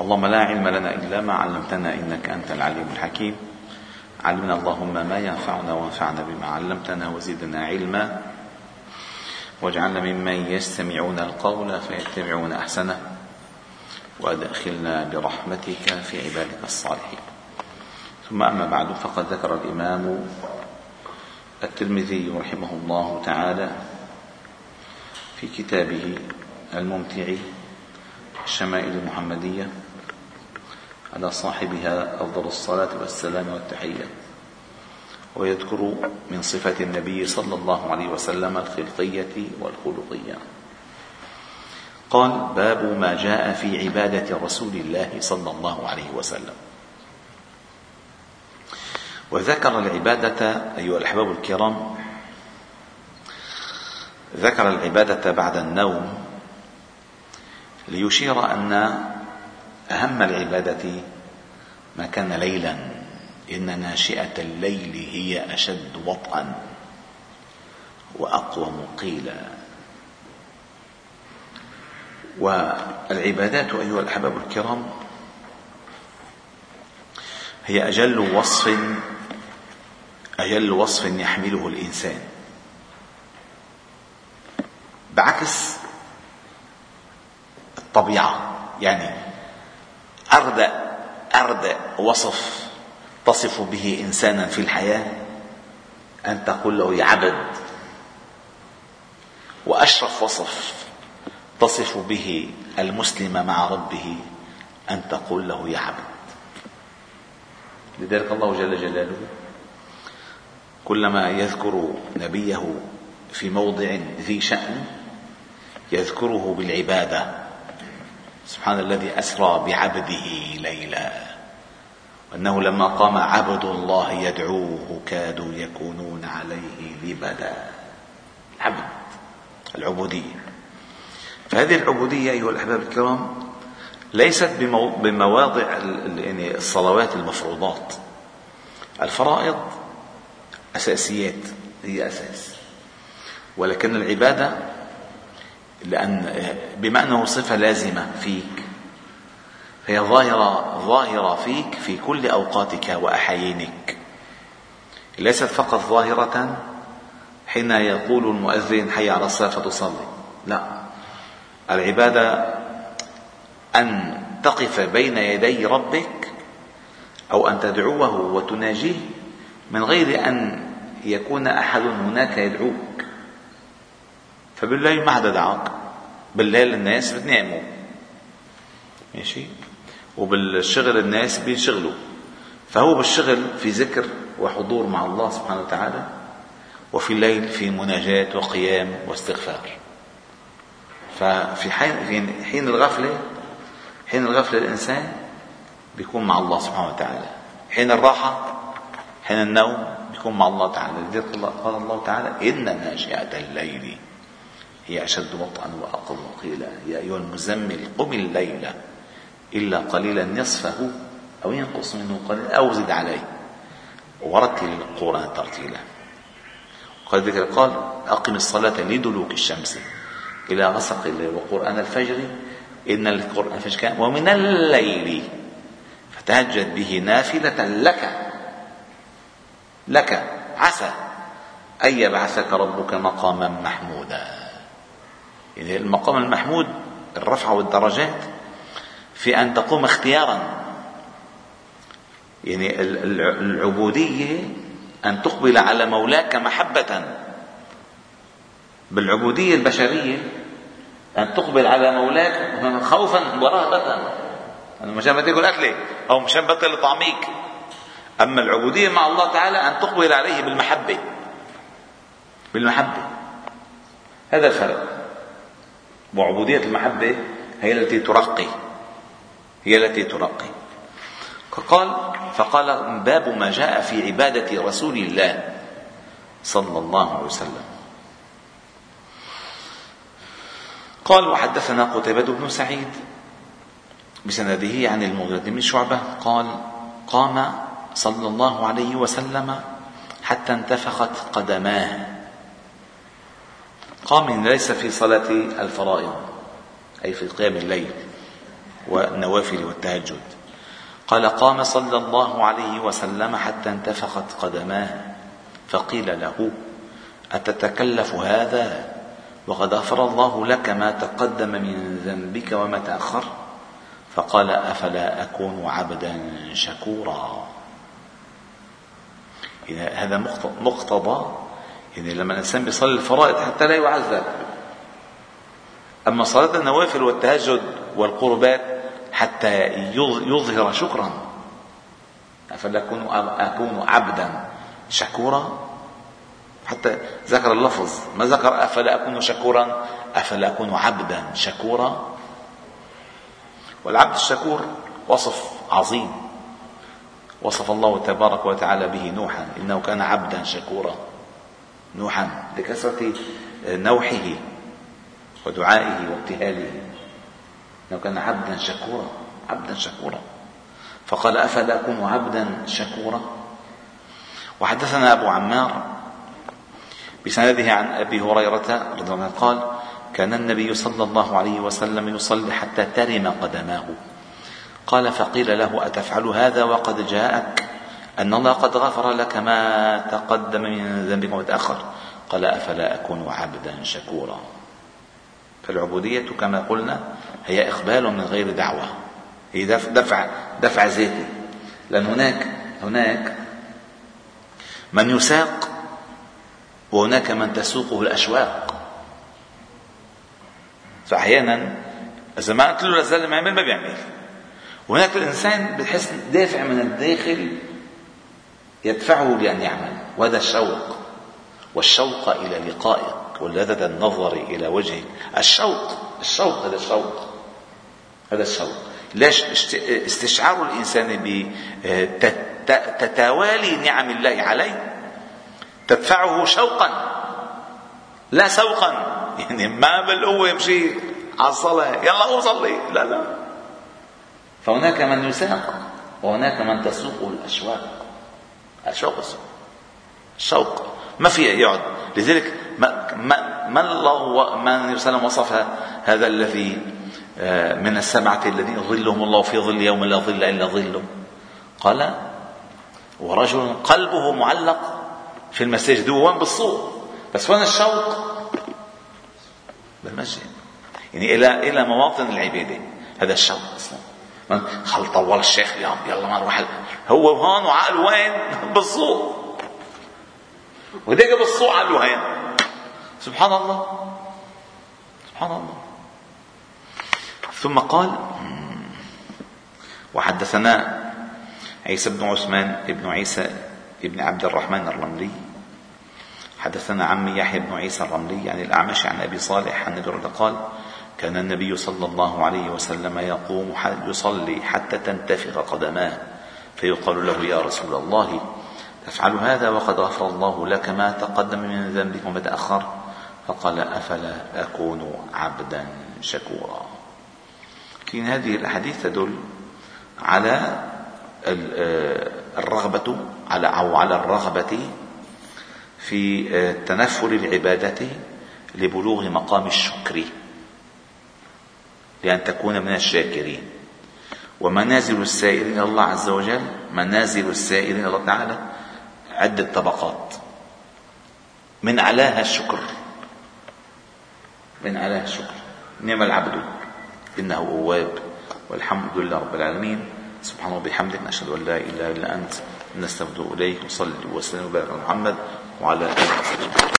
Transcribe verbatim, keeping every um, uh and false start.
اللهم لا علم لنا إلا ما علمتنا إنك أنت العليم الحكيم. علمنا اللهم ما ينفعنا وانفعنا بما علمتنا وزدنا علما، واجعلنا ممن يستمعون القول فيتبعون أحسنه، وأدخلنا برحمتك في عبادك الصالحين. ثم أما بعد، فقد ذكر الإمام الترمذي رحمه الله تعالى في كتابه الممتع الشمائل المحمدية على صاحبها أفضل الصلاة والسلام والتحية، ويذكر من صفة النبي صلى الله عليه وسلم الخلقية والخلقية. قال: باب ما جاء في عبادة رسول الله صلى الله عليه وسلم. وذكر العبادة أيها الأحباب الكرام، ذكر العبادة بعد النوم ليشير أن أهم العبادة ما كان ليلا، إن ناشئة الليل هي أشد وطئا وأقوم قيلا. والعبادات أيها الأحباب الكرام هي أجل وصف أجل وصف يحمله الإنسان، بعكس الطبيعة. يعني أردأ أردأ وصف تصف به إنسانا في الحياة أن تقول له يا عبد، وأشرف وصف تصف به المسلم مع ربه أن تقول له يا عبد. لذلك الله جل جلاله كلما يذكر نبيه في موضع ذي شأن يذكره بالعبادة. سبحان الذي أسرى بعبده ليلا، وأنه لما قام عبد الله يدعوه كادوا يكونون عليه لبدا. العبد، العبودية. فهذه العبودية أيها الأحباب الكرام ليست بمواضع يعني الصلوات المفروضات. الفرائض أساسيات، هي أساس، ولكن العبادة لأن بما أنه صفة لازمة فيك هي ظاهرة ظاهرة فيك في كل أوقاتك وأحايينك، ليست فقط ظاهرة حين يقول المؤذن حي على الصلاة فتصلي. لا، العبادة أن تقف بين يدي ربك أو أن تدعوه وتناجيه من غير أن يكون أحد هناك يدعوك. فبالليل ما حدا دعاك، بالليل الناس بتناموا ماشي، وبالشغل الناس بيشغلوا، فهو بالشغل في ذكر وحضور مع الله سبحانه وتعالى، وفي الليل في مناجاة وقيام واستغفار. ففي حين حين الغفلة حين الغفلة الإنسان بيكون مع الله سبحانه وتعالى، حين الراحة حين النوم بيكون مع الله تعالى. لذلك قال الله تعالى: إن ناشئة الليل هي أشد وطئا وأقوم قيلا يا أيها المزمل قم الليل إلا قليلا نصفه أو ينقص منه قليلا أو زد عليه ورتل القرآن ترتيلا. قال ذكر قال: أقم الصلاة لدلوك الشمس إلى غسق الليل وقرآن الفجر إن القرآن الفجر كان ومن الليل فتهجد به نافلة لك لك عسى أن يبعثك ربك مقاما محمودا. يعني المقام المحمود الرفع والدرجات في أن تقوم اختيارا. يعني العبودية أن تقبل على مولاك محبة. بالعبودية البشرية أن تقبل على مولاك خوفا ورهبة، مشان ما تاكل أكله أو مشان بطل طعميك. أما العبودية مع الله تعالى أن تقبل عليه بالمحبة بالمحبة هذا الفرق. وعبودية المحبة هي التي ترقي هي التي ترقي قال فقال: باب ما جاء في عبادة رسول الله صلى الله عليه وسلم. قال: وحدثنا قتيبة بن سعيد بسنده عن المغيرة بن شعبة قال: قام صلى الله عليه وسلم حتى انتفخت قدماه. قام ليس في صلاة الفرائض أي في قيام الليل، والنوافل والتهجد. قال: قام صلى الله عليه وسلم حتى انتفخت قدماه، فقيل له: أتتكلف هذا وقد غفر الله لك ما تقدم من ذنبك وما تأخر؟ فقال: أفلا أكون عبدا شكورا. هذا مقتضى، يعني لما الإنسان بيصلي الفرائض حتى لا يعذب، أما صلاة النوافل والتهجد والقربات حتى يظهر شكرا. أفلا أكون عبدا شكورا، حتى ذكر اللفظ، ما ذكر أفلا أكون شكورا، أفلا أكون عبدا شكورا. والعبد الشكور وصف عظيم وصف الله تبارك وتعالى به نوحا، إنه كان عبدا شكورا. نوحا لكثرة نوحه ودعائه وابتهاله، إنه كان عبدا شكورا، عبدا شكورا. فقال: أفلا أكون عبدا شكورا. وحدثنا أبو عمار بسنده عن أبي هريرة رضي الله عنه قال: كان النبي صلى الله عليه وسلم يصلي حتى ترم قدماه. قال: فقيل له: أتفعل هذا وقد جاءك أن الله قد غفر لك ما تقدم من ذنبك وما تأخر؟ قال: أفلا أكون عبدا شكورا. فالعبودية كما قلنا هي إقبال من غير دعوة، هي دفع دفع ذاتي، لأن هناك هناك من يساق وهناك من تسوقه الأشواق. فأحيانا إذا ما قلت له لازال ما يعمل ما بيعمل، وهناك الإنسان بتحس دافع من الداخل يدفعه لأن يعمل، وهذا الشوق، والشوق إلى لقائك ولذة النظر إلى وجهك. الشوق الشوق هذا الشوق هذا الشوق ليش استشعار الإنسان بتتوالي نعم الله عليه تدفعه شوقا لا سوقا، يعني ما بالقوة يمشي على الصلاة يلا أصلي، لا لا. فهناك من يساق وهناك من تسوقه الأشواق. الشوق الشوق الشوق ما في يقعد. لذلك ما ما ما الله من وسلم وصف هذا الذي من السبعة الذين ظلهم الله في ظل يوم لا ظل إلا ظله. قال: ورجل قلبه معلق في المساجد، هو وين بالصوت بس وين الشوق؟ بالمسجد، يعني إلى إلى مواطن العبادة. هذا الشوق أصلا. خل طول الشيخ اليوم يلا ما نروح، هو هون وعقله وين؟ بالصوت، ودقة بالصوت عقله وين؟ سبحان الله سبحان الله. ثم قال: وحدثنا عيسى بن عثمان بن عيسى ابن عبد الرحمن الرملي حدثنا عمي يحيى بن عيسى الرملي يعني الأعمش عن أبي صالح عن النبي قال: كان النبي صلى الله عليه وسلم يقوم يصلي حتى تنتفخ قدماه، فيقال له: يا رسول الله تفعل هذا وقد غفر الله لك ما تقدم من ذنبك وما تأخر؟ فقال: أفلا أكون عبدا شكورا. لكن هذه الأحاديث تدل على الرغبة على أو على الرغبة في تنفل العبادة لبلوغ مقام الشكر، لأن تكون من الشاكرين. ومنازل السائرين إلى الله عز وجل، منازل السائرين إلى الله تعالى عدة طبقات، من أعلاها الشكر، من أعلاها الشكر. نعم العبد إنه أواب، والحمد لله رب العالمين. سبحانه وبحمدك، نشهد أن لا إله إلا أنت، نستغفرك إليك. وصلي وسلم وبارك على محمد وعلى آله وصحبه.